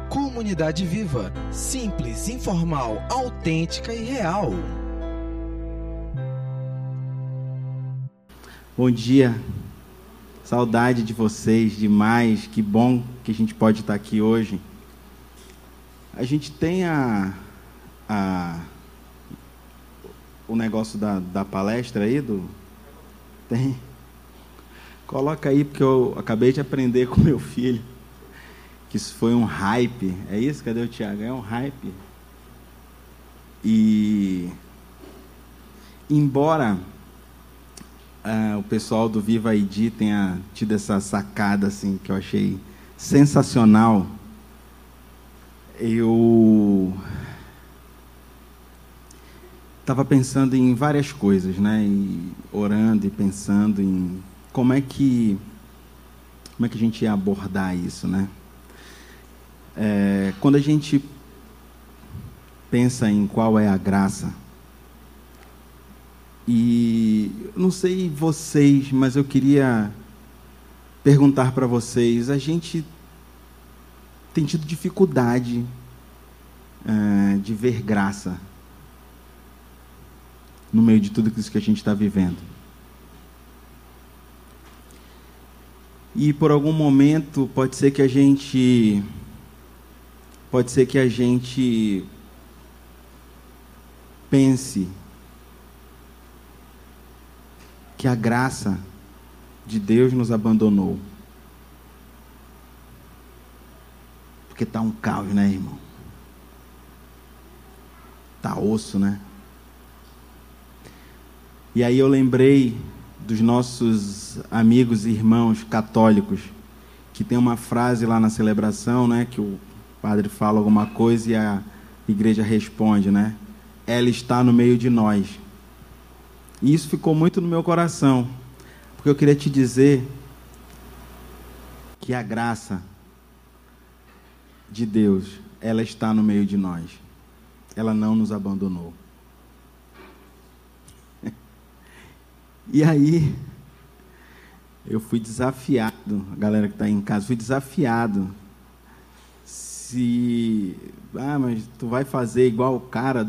Comunidade viva, simples, informal, autêntica e real. Bom dia, saudade de vocês demais, que bom que a gente pode estar aqui hoje. A gente tem o negócio da palestra aí, tem? Coloca aí, porque eu acabei de aprender com meu filho que isso foi um hype. É isso? Cadê o Tiago? É um hype. E embora o pessoal do Viva ID tenha tido essa sacada assim, que eu achei sensacional, eu estava pensando em várias coisas, né? E orando e pensando em como é que a gente ia abordar isso, né? Quando a gente pensa em qual é a graça, e eu não sei vocês, mas eu queria perguntar para vocês, a gente tem tido dificuldade de ver graça no meio de tudo isso que a gente está vivendo. E por algum momento pode ser que a gente pense que a graça de Deus nos abandonou. Porque está um caos, né, irmão? Está osso, né? E aí eu lembrei dos nossos amigos e irmãos católicos, que tem uma frase lá na celebração, né, que o padre fala alguma coisa e a igreja responde, né? Ela está no meio de nós. E isso ficou muito no meu coração, porque eu queria te dizer que a graça de Deus, ela está no meio de nós. Ela não nos abandonou. E aí, eu fui desafiado, a galera que está aí em casa, fui desafiado. Mas tu vai fazer igual o cara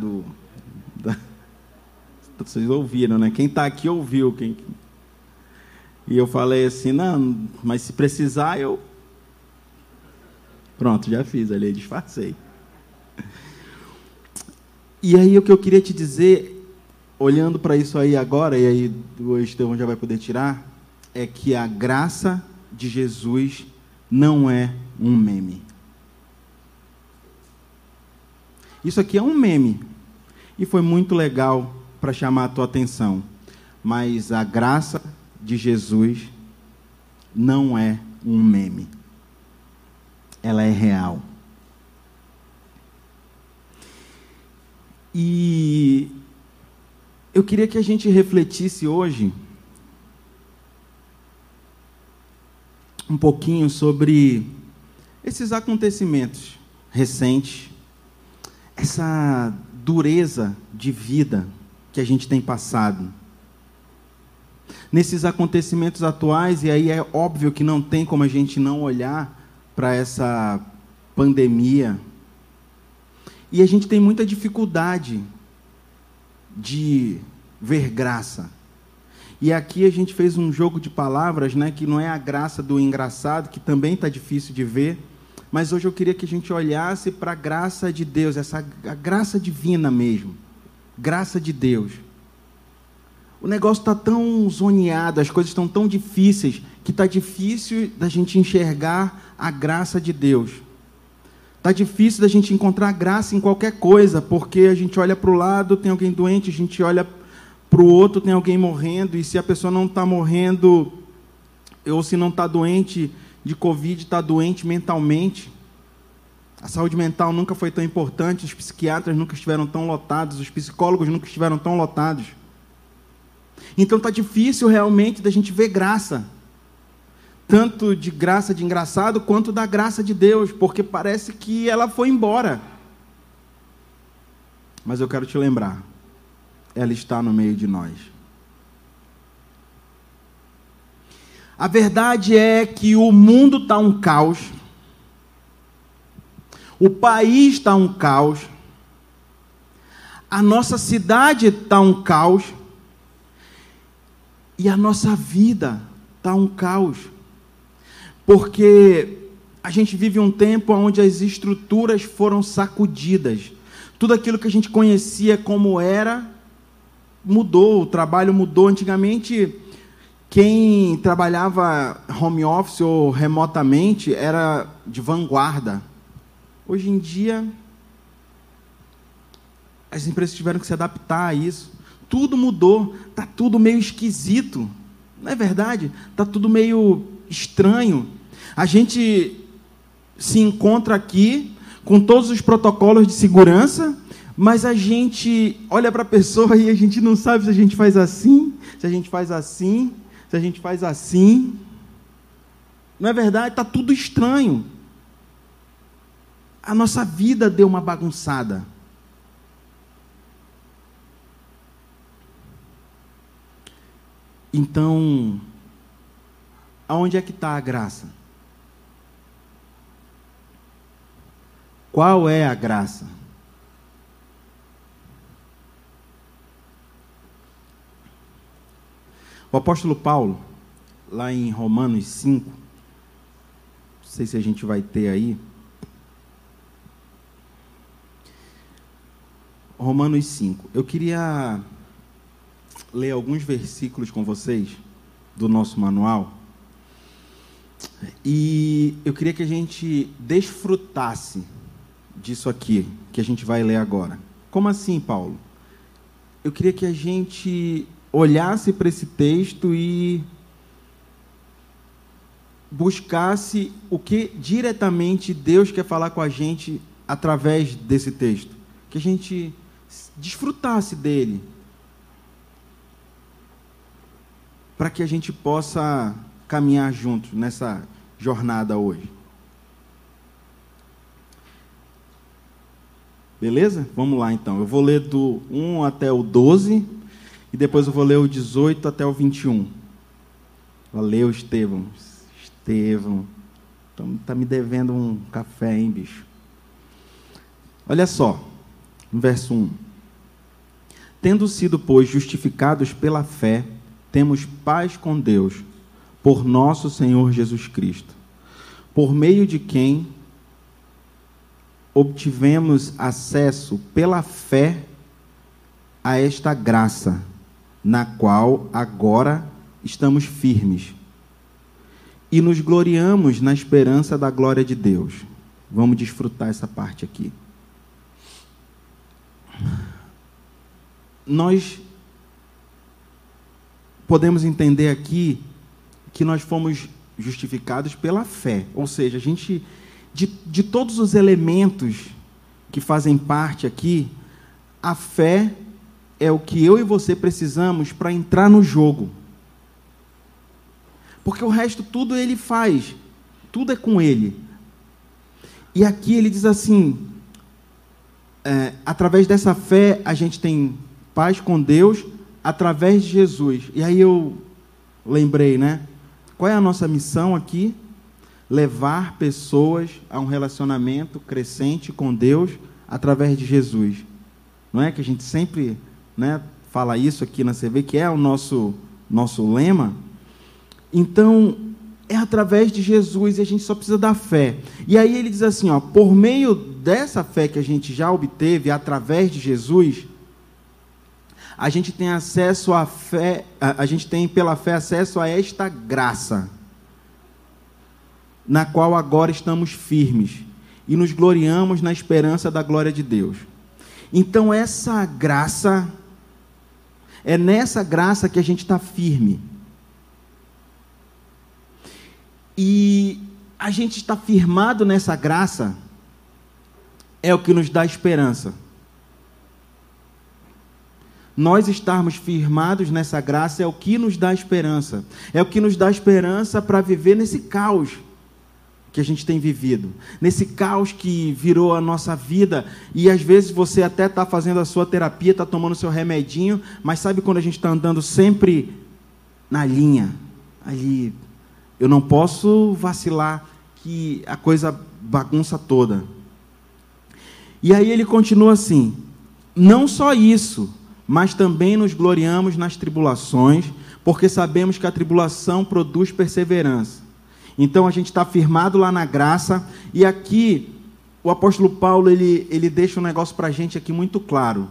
vocês ouviram, né? Quem está aqui ouviu. E eu falei assim, não, mas se precisar, Pronto, já fiz ali, disfarcei. E aí o que eu queria te dizer, olhando para isso aí agora, e aí o Estevão já vai poder tirar, é que a graça de Jesus não é um meme. Isso aqui é um meme, e foi muito legal para chamar a tua atenção, mas a graça de Jesus não é um meme, ela é real. E eu queria que a gente refletisse hoje um pouquinho sobre esses acontecimentos recentes, essa dureza de vida que a gente tem passado. Nesses acontecimentos atuais, e aí é óbvio que não tem como a gente não olhar para essa pandemia, e a gente tem muita dificuldade de ver graça. E aqui a gente fez um jogo de palavras, né, que não é a graça do engraçado, que também está difícil de ver, mas hoje eu queria que a gente olhasse para a graça de Deus, a graça divina mesmo, graça de Deus. O negócio está tão zoneado, as coisas estão tão difíceis, que está difícil da gente enxergar a graça de Deus. Está difícil da gente encontrar graça em qualquer coisa, porque a gente olha para o lado, tem alguém doente, a gente olha para o outro, tem alguém morrendo, e se a pessoa não está morrendo, ou se não está doente de Covid, está doente mentalmente. A saúde mental nunca foi tão importante, os psiquiatras nunca estiveram tão lotados, os psicólogos nunca estiveram tão lotados. Então está difícil realmente da gente ver graça, tanto de graça de engraçado, quanto da graça de Deus, porque parece que ela foi embora. Mas eu quero te lembrar, ela está no meio de nós. A verdade é que o mundo está um caos. O país está um caos. A nossa cidade está um caos. E a nossa vida está um caos. Porque a gente vive um tempo onde as estruturas foram sacudidas. Tudo aquilo que a gente conhecia como era, mudou. O trabalho mudou. Antigamente, quem trabalhava home office ou remotamente era de vanguarda. Hoje em dia, as empresas tiveram que se adaptar a isso. Tudo mudou. Está tudo meio esquisito. Não é verdade? Está tudo meio estranho. A gente se encontra aqui com todos os protocolos de segurança, mas a gente olha para a pessoa e a gente não sabe se a gente faz assim, se a gente faz assim, se a gente faz assim. Não é verdade? Está tudo estranho. A nossa vida deu uma bagunçada. Então, aonde é que está a graça? Qual é a graça? O apóstolo Paulo, lá em Romanos 5, não sei se a gente vai ter aí. Romanos 5. Eu queria ler alguns versículos com vocês do nosso manual. E eu queria que a gente desfrutasse disso aqui, que a gente vai ler agora. Como assim, Paulo? Eu queria que a gente olhasse para esse texto e buscasse o que diretamente Deus quer falar com a gente através desse texto. Que a gente desfrutasse dele. Para que a gente possa caminhar juntos nessa jornada hoje. Beleza? Vamos lá, então. Eu vou ler do 1 até o 12, e depois eu vou ler o 18 até o 21. Valeu, Estevão. Estevão. Tá me devendo um café, hein, bicho? Olha só, no verso 1. Tendo sido, pois, justificados pela fé, temos paz com Deus, por nosso Senhor Jesus Cristo, por meio de quem obtivemos acesso pela fé a esta graça, na qual agora estamos firmes, e nos gloriamos na esperança da glória de Deus. Vamos desfrutar essa parte aqui. Nós podemos entender aqui que nós fomos justificados pela fé, ou seja, a gente, de todos os elementos que fazem parte aqui, a fé é o que eu e você precisamos para entrar no jogo. Porque o resto tudo ele faz, tudo é com ele. E aqui ele diz assim, através dessa fé a gente tem paz com Deus, através de Jesus. E aí eu lembrei, né? Qual é a nossa missão aqui? Levar pessoas a um relacionamento crescente com Deus através de Jesus. Não é que a gente sempre, né, fala isso aqui na CV, que é o nosso lema? Então, é através de Jesus e a gente só precisa da fé. E aí ele diz assim, ó, por meio dessa fé que a gente já obteve através de Jesus, a gente tem acesso à fé, a gente tem pela fé acesso a esta graça, na qual agora estamos firmes e nos gloriamos na esperança da glória de Deus. Então essa graça, é nessa graça que a gente está firme. E a gente está firmado nessa graça, é o que nos dá esperança. Nós estarmos firmados nessa graça é o que nos dá esperança. É o que nos dá esperança para viver nesse caos que a gente tem vivido. Nesse caos que virou a nossa vida. E às vezes você até está fazendo a sua terapia, está tomando o seu remedinho, mas sabe quando a gente está andando sempre na linha? Ali, eu não posso vacilar que a coisa bagunça toda. E aí ele continua assim: não só isso, mas também nos gloriamos nas tribulações, porque sabemos que a tribulação produz perseverança. Então a gente está firmado lá na graça, e aqui o apóstolo Paulo ele deixa um negócio para a gente aqui muito claro.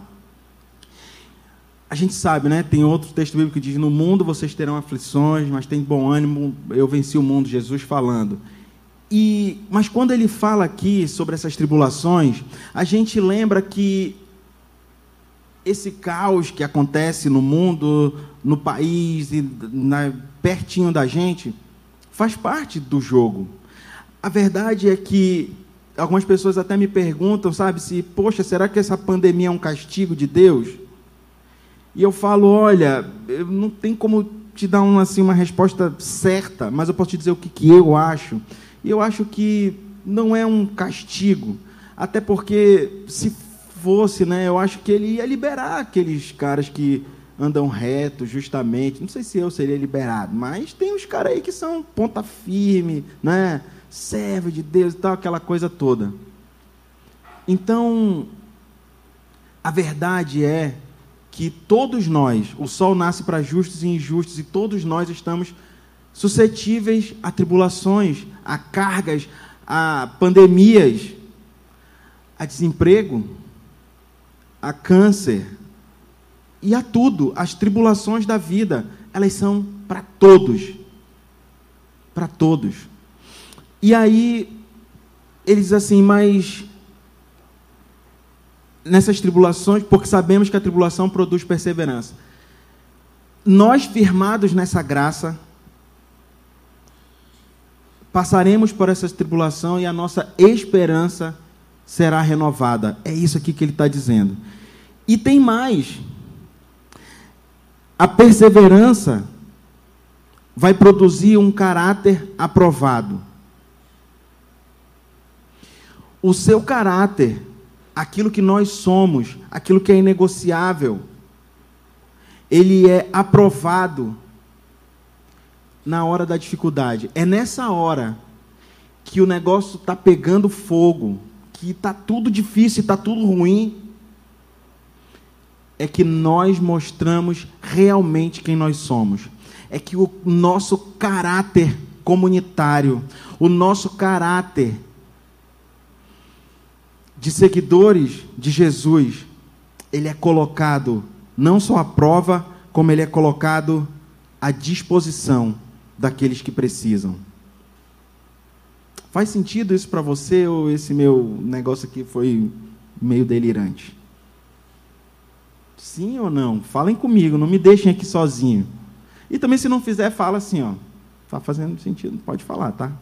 A gente sabe, né? Tem outro texto bíblico que diz: no mundo vocês terão aflições, mas tem bom ânimo, eu venci o mundo, Jesus falando. Mas quando ele fala aqui sobre essas tribulações, a gente lembra que esse caos que acontece no mundo, no país, e pertinho da gente, faz parte do jogo. A verdade é que algumas pessoas até me perguntam, sabe, poxa, será que essa pandemia é um castigo de Deus? E eu falo, olha, eu não tem como te dar uma resposta certa, mas eu posso te dizer o que eu acho. E eu acho que não é um castigo, até porque, se fosse, né, eu acho que ele ia liberar aqueles caras que andam reto, justamente. Não sei se eu seria liberado, mas tem uns caras aí que são ponta firme, né, servo de Deus e tal, aquela coisa toda. Então, a verdade é que todos nós, o sol nasce para justos e injustos, e todos nós estamos suscetíveis a tribulações, a cargas, a pandemias, a desemprego, a câncer e a tudo. As tribulações da vida, elas são para todos. Para todos. E aí, ele diz assim, mas nessas tribulações, porque sabemos que a tribulação produz perseverança. Nós, firmados nessa graça, passaremos por essa tribulação e a nossa esperança será renovada. É isso aqui que ele está dizendo. E tem mais. A perseverança vai produzir um caráter aprovado. O seu caráter, aquilo que nós somos, aquilo que é inegociável, ele é aprovado na hora da dificuldade. É nessa hora que o negócio está pegando fogo, que está tudo difícil, está tudo ruim, é que nós mostramos realmente quem nós somos. É que o nosso caráter comunitário, o nosso caráter de seguidores de Jesus, ele é colocado não só à prova, como ele é colocado à disposição daqueles que precisam. Faz sentido isso para você, ou esse meu negócio aqui foi meio delirante? Sim ou não? Falem comigo, não me deixem aqui sozinho. E também, se não fizer, fala assim, ó. Está fazendo sentido, pode falar, tá?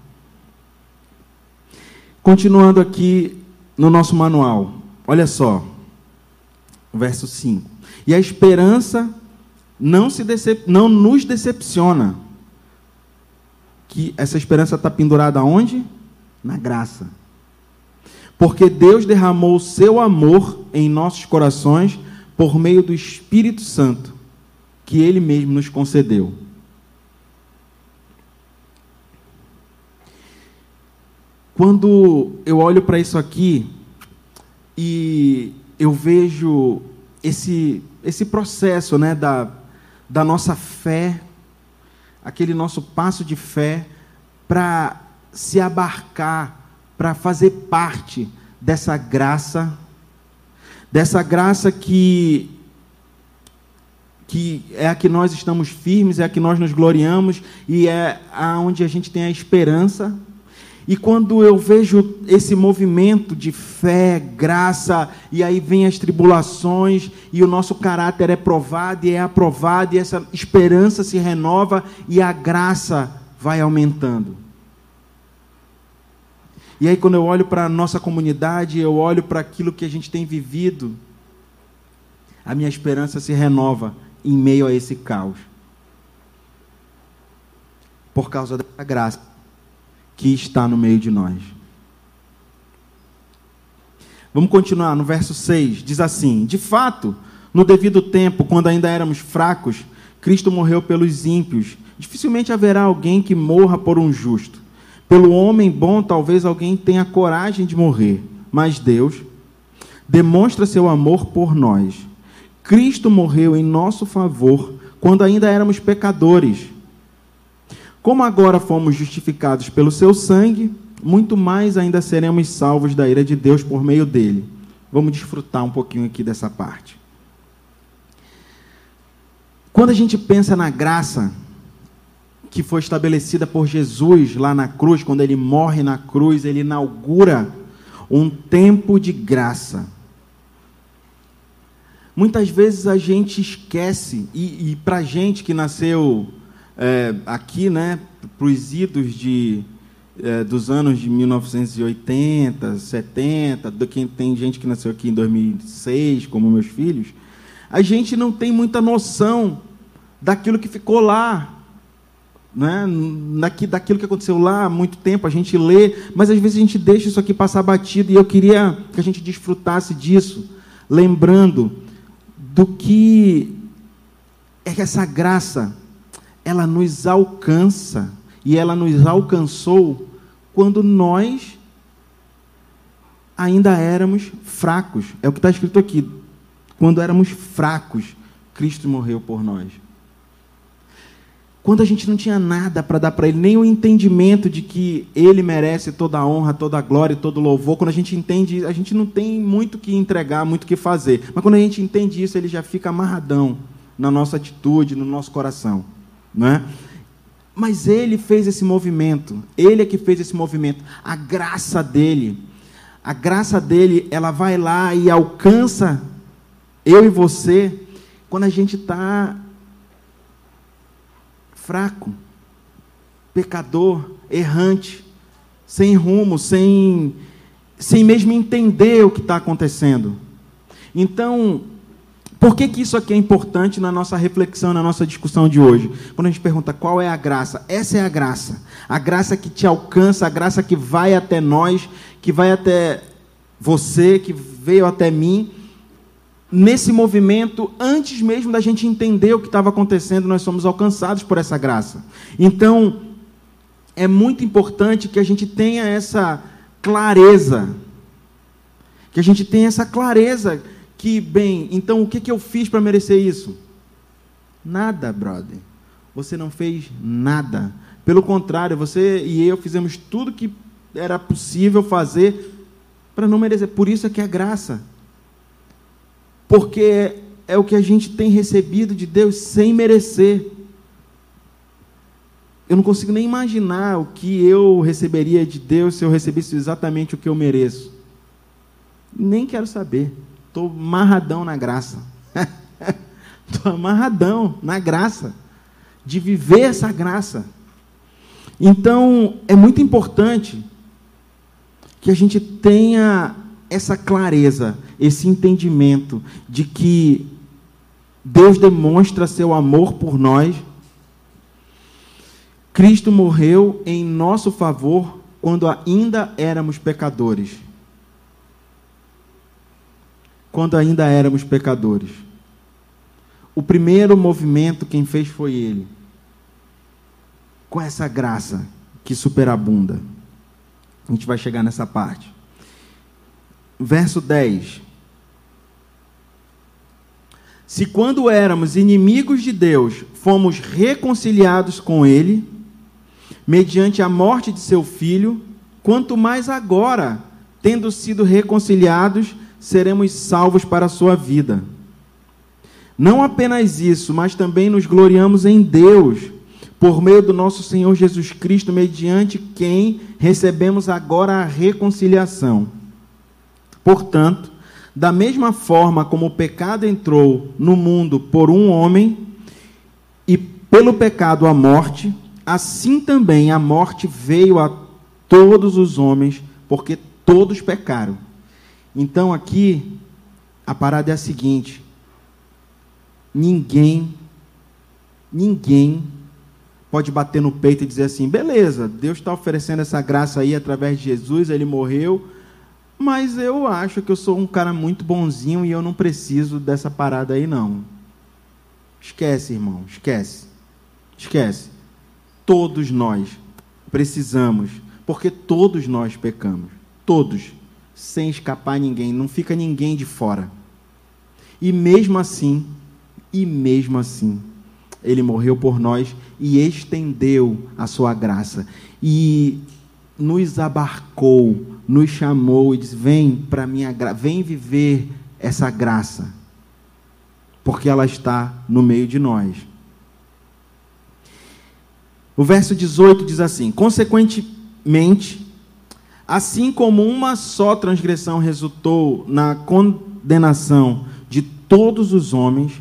Continuando aqui no nosso manual. Olha só. Verso 5. E a esperança não nos decepciona. Que essa esperança está pendurada aonde? Na graça. Porque Deus derramou o seu amor em nossos corações por meio do Espírito Santo, que Ele mesmo nos concedeu. Quando eu olho para isso aqui e eu vejo esse processo, né, da nossa fé, aquele nosso passo de fé para se abarcar, para fazer parte dessa graça que é a que nós estamos firmes, é a que nós nos gloriamos e é aonde a gente tem a esperança. E quando eu vejo esse movimento de fé, graça, e aí vem as tribulações, e o nosso caráter é provado e é aprovado, e essa esperança se renova, e a graça vai aumentando. E aí quando eu olho para a nossa comunidade, eu olho para aquilo que a gente tem vivido, a minha esperança se renova em meio a esse caos. Por causa da graça que está no meio de nós. Vamos continuar no verso 6, diz assim: de fato, no devido tempo, quando ainda éramos fracos, Cristo morreu pelos ímpios. Dificilmente haverá alguém que morra por um justo. Pelo homem bom, talvez alguém tenha coragem de morrer, mas Deus, demonstra seu amor por nós. Cristo morreu em nosso favor quando ainda éramos pecadores. Como agora fomos justificados pelo seu sangue, muito mais ainda seremos salvos da ira de Deus por meio dele. Vamos desfrutar um pouquinho aqui dessa parte. Quando a gente pensa na graça que foi estabelecida por Jesus lá na cruz, quando ele morre na cruz, ele inaugura um tempo de graça. Muitas vezes a gente esquece, e para a gente que nasceu aqui, né, para os idos dos anos de 1980, 70, tem gente que nasceu aqui em 2006, como meus filhos, a gente não tem muita noção daquilo que ficou lá, né? Daquilo que aconteceu lá há muito tempo, a gente lê, mas às vezes a gente deixa isso aqui passar batido, e eu queria que a gente desfrutasse disso, lembrando do que é que essa graça, ela nos alcança, e ela nos alcançou quando nós ainda éramos fracos. É o que está escrito aqui. Quando éramos fracos, Cristo morreu por nós. Quando a gente não tinha nada para dar para Ele, nem o entendimento de que Ele merece toda a honra, toda a glória e todo o louvor, quando a gente entende, a gente não tem muito o que entregar, muito o que fazer. Mas quando a gente entende isso, Ele já fica amarradão na nossa atitude, no nosso coração. Não é? Mas Ele fez esse movimento. Ele é que fez esse movimento. A graça dEle, ela vai lá e alcança eu e você quando a gente está fraco, pecador, errante, sem rumo, sem mesmo entender o que está acontecendo. Então, por que isso aqui é importante na nossa reflexão, na nossa discussão de hoje? Quando a gente pergunta qual é a graça, essa é a graça que te alcança, a graça que vai até nós, que vai até você, que veio até mim. Nesse movimento, antes mesmo da gente entender o que estava acontecendo, nós somos alcançados por essa graça. Então, é muito importante que a gente tenha essa clareza. Que a gente tenha essa clareza que, bem, então o que eu fiz para merecer isso? Nada, brother. Você não fez nada. Pelo contrário, você e eu fizemos tudo que era possível fazer para não merecer. Por isso é que é graça. Porque é o que a gente tem recebido de Deus sem merecer. Eu não consigo nem imaginar o que eu receberia de Deus se eu recebesse exatamente o que eu mereço. Nem quero saber. Estou amarradão na graça. Estou amarradão na graça. De viver essa graça. Então, é muito importante que a gente tenha essa clareza, esse entendimento de que Deus demonstra seu amor por nós. Cristo morreu em nosso favor quando ainda éramos pecadores. Quando ainda éramos pecadores. O primeiro movimento quem fez foi Ele. Com essa graça que superabunda. A gente vai chegar nessa parte. Verso 10. Se quando éramos inimigos de Deus, fomos reconciliados com Ele, mediante a morte de seu Filho, quanto mais agora, tendo sido reconciliados, seremos salvos para a sua vida. Não apenas isso, mas também nos gloriamos em Deus, por meio do nosso Senhor Jesus Cristo, mediante quem recebemos agora a reconciliação. Portanto, da mesma forma como o pecado entrou no mundo por um homem, e pelo pecado a morte, assim também a morte veio a todos os homens, porque todos pecaram. Então aqui, a parada é a seguinte: ninguém pode bater no peito e dizer assim, beleza, Deus está oferecendo essa graça aí através de Jesus, Ele morreu, mas eu acho que eu sou um cara muito bonzinho e eu não preciso dessa parada aí, não. Esquece, irmão, esquece. Esquece. Todos nós precisamos, porque todos nós pecamos. Todos, sem escapar ninguém, não fica ninguém de fora. E mesmo assim, ele morreu por nós e estendeu a sua graça. E nos abarcou, nos chamou e disse: vem para minha graça, vem viver essa graça, porque ela está no meio de nós. O verso 18 diz assim: consequentemente, assim como uma só transgressão resultou na condenação de todos os homens,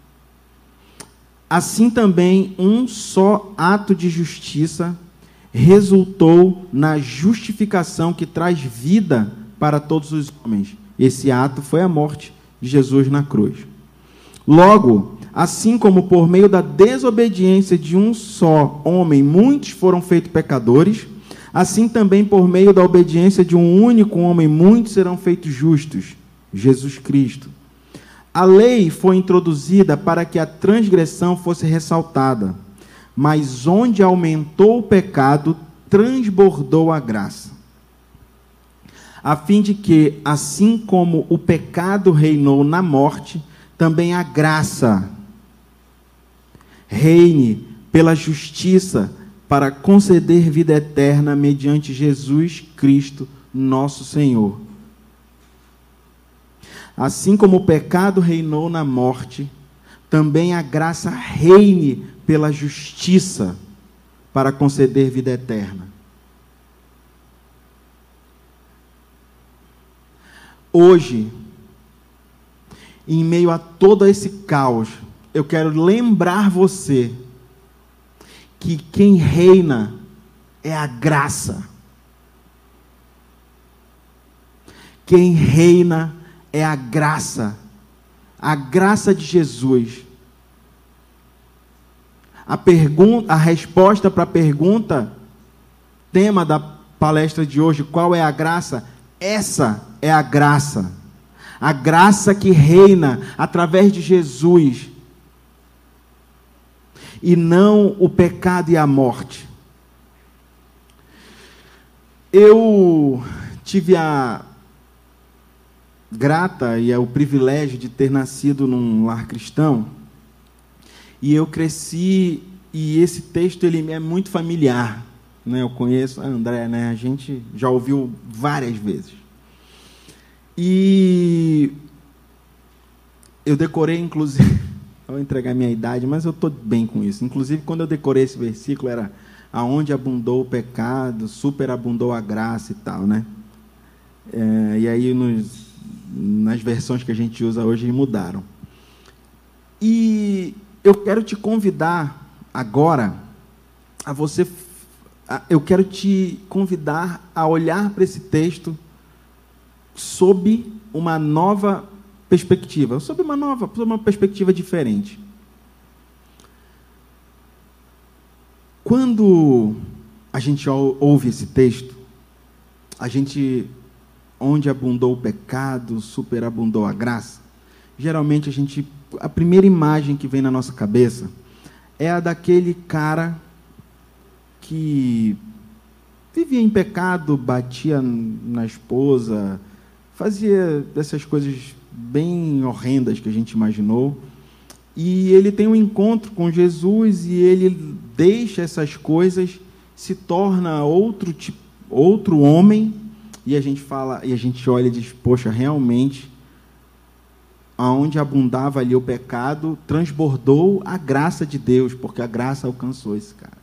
assim também um só ato de justiça resultou na justificação que traz vida para todos os homens. Esse ato foi a morte de Jesus na cruz. Logo, assim como por meio da desobediência de um só homem muitos foram feitos pecadores, assim também por meio da obediência de um único homem muitos serão feitos justos, Jesus Cristo. A lei foi introduzida para que a transgressão fosse ressaltada, mas onde aumentou o pecado, transbordou a graça, a fim de que, assim como o pecado reinou na morte, também a graça reine pela justiça para conceder vida eterna mediante Jesus Cristo, nosso Senhor. Assim como o pecado reinou na morte, também a graça reine pela justiça para conceder vida eterna. Hoje, em meio a todo esse caos, eu quero lembrar você que quem reina é a graça. Quem reina é a graça de Jesus. A resposta para a pergunta, tema da palestra de hoje, qual é a graça? Essa é a graça que reina através de Jesus, e não o pecado e a morte. Eu tive a grata e o privilégio de ter nascido num lar cristão, e eu cresci, e esse texto ele me é muito familiar, né? Eu conheço a André, né? A gente já ouviu várias vezes. E eu decorei, inclusive, vou entregar minha idade, mas eu estou bem com isso. Inclusive, quando eu decorei esse versículo, era aonde abundou o pecado, superabundou a graça e tal, né? E aí, nas versões que a gente usa hoje, mudaram. E eu quero te convidar agora eu quero te convidar a olhar para esse texto sob uma nova perspectiva, sob uma perspectiva diferente. Quando a gente ouve esse texto, onde abundou o pecado, superabundou a graça, geralmente a primeira imagem que vem na nossa cabeça é a daquele cara que vivia em pecado, batia na esposa, fazia dessas coisas bem horrendas que a gente imaginou, e ele tem um encontro com Jesus e ele deixa essas coisas, se torna outro homem, e a gente olha e diz: poxa, realmente, aonde abundava ali o pecado, transbordou a graça de Deus, porque a graça alcançou esse cara.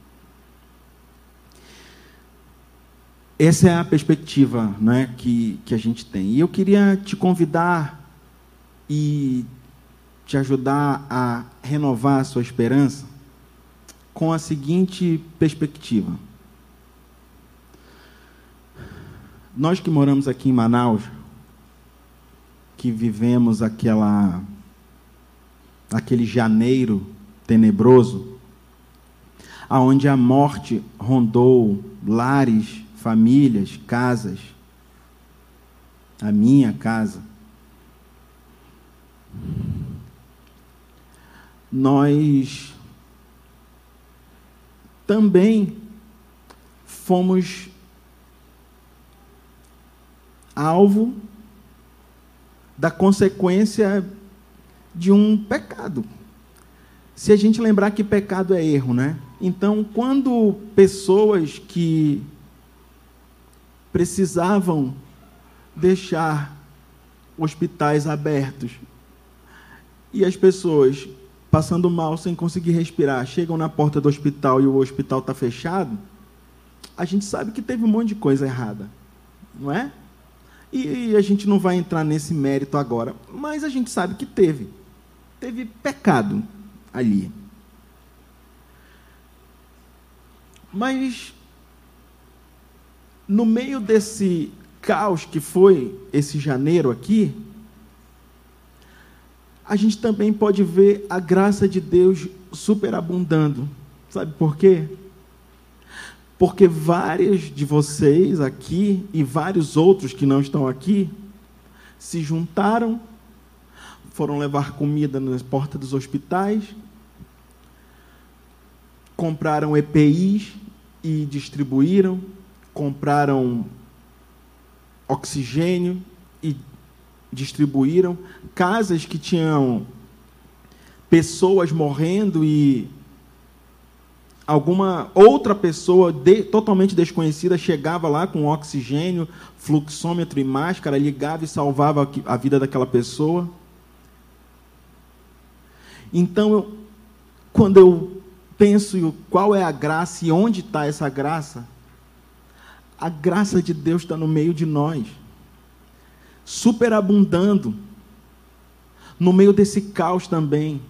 Essa é a perspectiva, né, que a gente tem. E eu queria te convidar e te ajudar a renovar a sua esperança com a seguinte perspectiva. Nós que moramos aqui em Manaus, que vivemos aquele janeiro tenebroso, aonde a morte rondou lares, famílias, casas, a minha casa. Nós também fomos alvo da consequência de um pecado. Se a gente lembrar que pecado é erro, né? Então, quando pessoas que precisavam deixar hospitais abertos e as pessoas passando mal sem conseguir respirar chegam na porta do hospital e o hospital está fechado, a gente sabe que teve um monte de coisa errada, não é? E a gente não vai entrar nesse mérito agora, mas a gente sabe que teve pecado ali. Mas no meio desse caos que foi esse janeiro aqui, a gente também pode ver a graça de Deus superabundando. Sabe por quê? Porque vários de vocês aqui e vários outros que não estão aqui se juntaram, foram levar comida nas portas dos hospitais, compraram EPIs e distribuíram, compraram oxigênio e distribuíram, casas que tinham pessoas morrendo e alguma outra pessoa totalmente desconhecida chegava lá com oxigênio, fluxômetro e máscara, ligava e salvava a vida daquela pessoa. Então, quando eu penso qual é a graça e onde está essa graça, a graça de Deus está no meio de nós, superabundando, no meio desse caos também,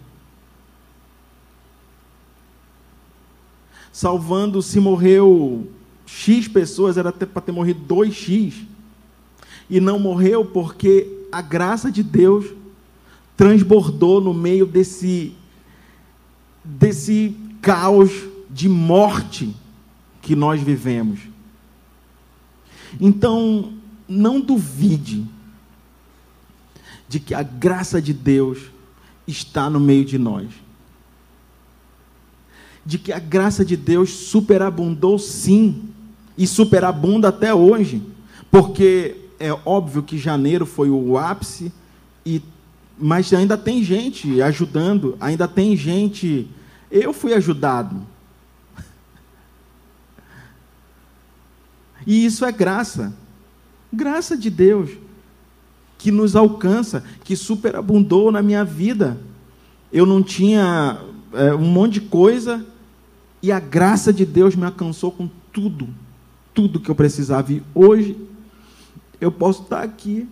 salvando. Se morreu X pessoas, era até para ter morrido 2X, e não morreu porque a graça de Deus transbordou no meio desse caos de morte que nós vivemos. Então, não duvide de que a graça de Deus está no meio de nós. De que a graça de Deus superabundou sim, e superabunda até hoje, porque é óbvio que janeiro foi o ápice, mas ainda tem gente ajudando, ainda tem gente. Eu fui ajudado. E isso é graça. Graça de Deus, que nos alcança, que superabundou na minha vida. Eu não tinha um monte de coisa, e a graça de Deus me alcançou com tudo que eu precisava. E hoje, eu posso estar aqui,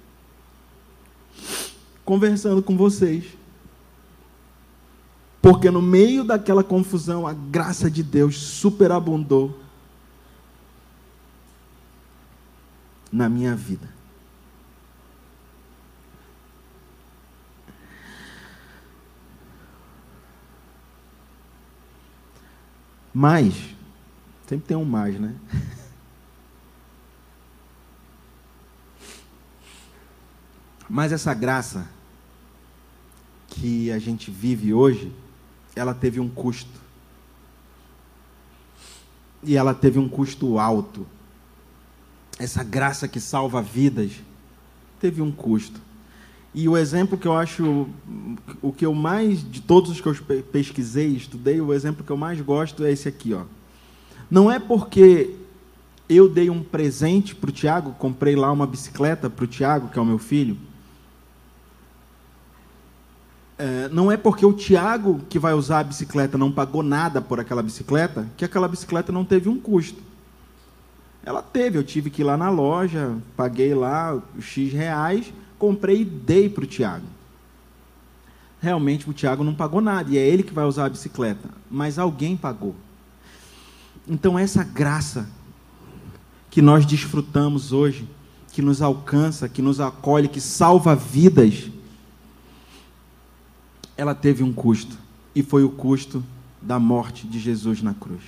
conversando com vocês, porque no meio daquela confusão, a graça de Deus superabundou na minha vida. Mas, sempre tem um mais, né? Mas essa graça que a gente vive hoje, ela teve um custo. E ela teve um custo alto. Essa graça que salva vidas teve um custo. E o exemplo que eu acho, o que eu mais, de todos os que eu pesquisei, estudei, o exemplo que eu mais gosto é esse aqui, ó. Não é porque eu dei um presente para o Tiago, comprei lá uma bicicleta para o Tiago, que é o meu filho. Não é porque o Tiago, que vai usar a bicicleta, não pagou nada por aquela bicicleta, que aquela bicicleta não teve um custo. Ela teve, eu tive que ir lá na loja, paguei lá os X reais, comprei e dei para o Tiago. Realmente o Tiago não pagou nada, e é ele que vai usar a bicicleta, mas alguém pagou. Então essa graça que nós desfrutamos hoje, que nos alcança, que nos acolhe, que salva vidas, ela teve um custo, e foi o custo da morte de Jesus na cruz.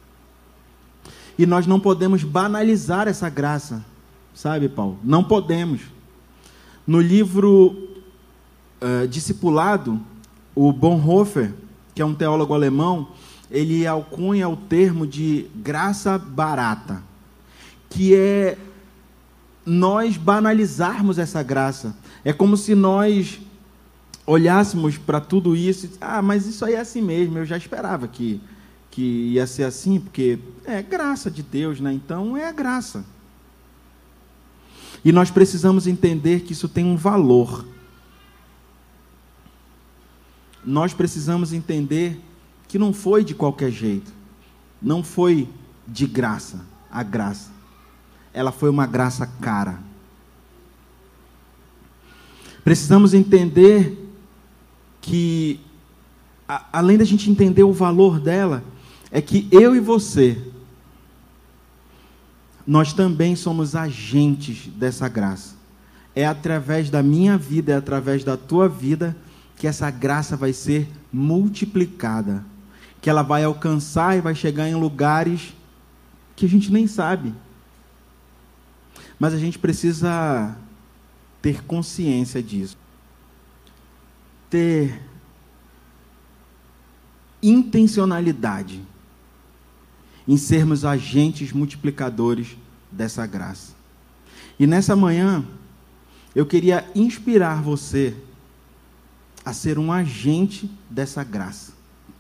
E nós não podemos banalizar essa graça, sabe, Paulo? Não podemos. No livro Discipulado, o Bonhoeffer, que é um teólogo alemão, ele alcunha o termo de graça barata, que é nós banalizarmos essa graça. É como se nós olhássemos para tudo isso e mas isso aí é assim mesmo, eu já esperava que ia ser assim, porque é graça de Deus, né? Então é a graça. E nós precisamos entender que isso tem um valor. Nós precisamos entender que não foi de qualquer jeito, não foi de graça, a graça. Ela foi uma graça cara. Precisamos entender que, além da gente entender o valor dela, é que eu e você, nós também somos agentes dessa graça. É através da minha vida, é através da tua vida, que essa graça vai ser multiplicada, que ela vai alcançar e vai chegar em lugares que a gente nem sabe. Mas a gente precisa ter consciência disso. Ter intencionalidade em sermos agentes multiplicadores dessa graça. E nessa manhã, eu queria inspirar você a ser um agente dessa graça.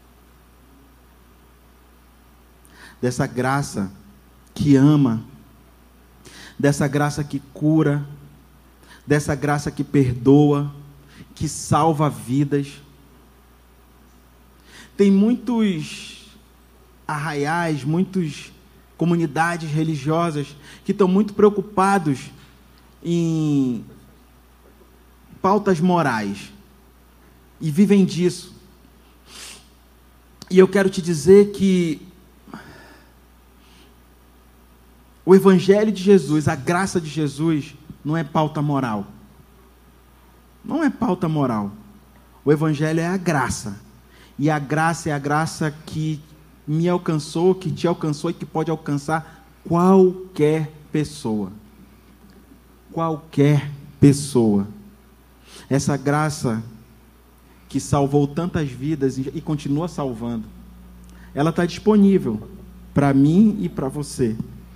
Dessa graça que ama, dessa graça que cura, dessa graça que perdoa, que salva vidas. Tem muitos arraiais, muitas comunidades religiosas que estão muito preocupados em pautas morais e vivem disso. E eu quero te dizer que o Evangelho de Jesus, a graça de Jesus, não é pauta moral. Não é pauta moral. O Evangelho é a graça. E a graça é a graça que me alcançou, que te alcançou e que pode alcançar qualquer pessoa. Qualquer pessoa. Essa graça que salvou tantas vidas e continua salvando, ela está disponível para mim e para você.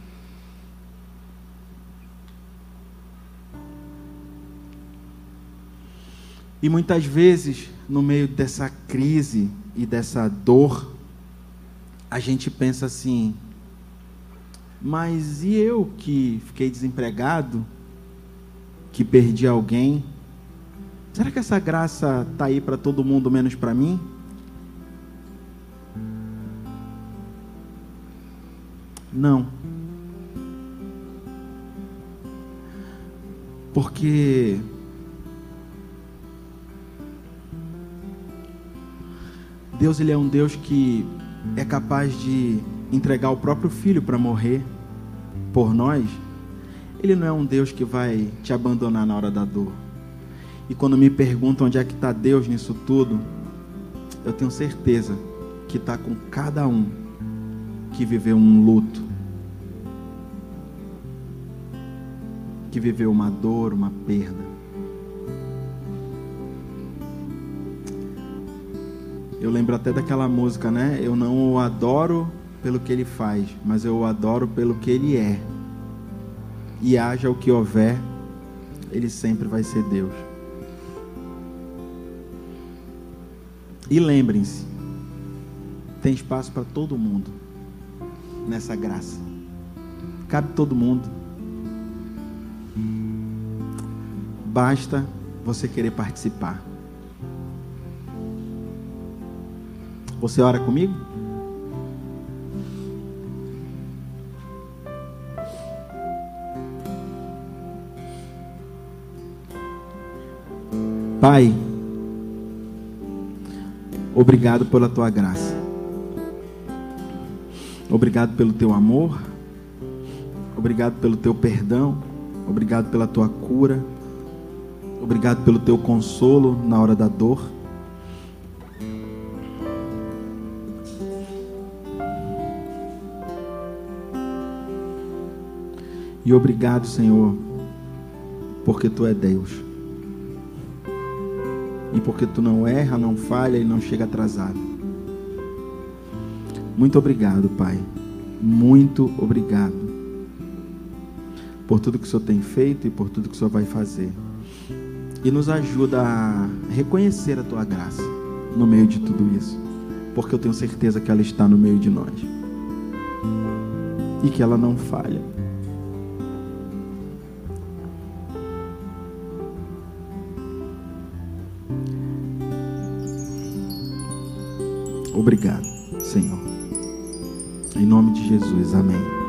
E muitas vezes, no meio dessa crise e dessa dor, a gente pensa assim: mas e eu que fiquei desempregado, que perdi alguém? Será que essa graça está aí para todo mundo, menos para mim? Não. Porque Deus, Ele é um Deus que é capaz de entregar o próprio Filho para morrer por nós. Ele não é um Deus que vai te abandonar na hora da dor. E quando me perguntam onde é que está Deus nisso tudo, eu tenho certeza que está com cada um que viveu um luto, que viveu uma dor, uma perda. Eu lembro até daquela música, né? Eu não o adoro pelo que ele faz, mas eu o adoro pelo que ele é. E haja o que houver, ele sempre vai ser Deus. E lembrem-se, tem espaço para todo mundo nessa graça. Cabe todo mundo. Basta você querer participar. Você ora comigo? Pai, obrigado pela tua graça. Obrigado pelo teu amor. Obrigado pelo teu perdão. Obrigado pela tua cura. Obrigado pelo teu consolo na hora da dor. E obrigado, Senhor, porque tu é Deus. E porque tu não erra, não falha e não chega atrasado. Muito obrigado, Pai. Muito obrigado. por tudo que o Senhor tem feito e por tudo que o Senhor vai fazer. E nos ajuda a reconhecer a Tua graça no meio de tudo isso, porque eu tenho certeza que ela está no meio de nós e que ela não falha. Obrigado, Senhor. Em nome de Jesus, amém.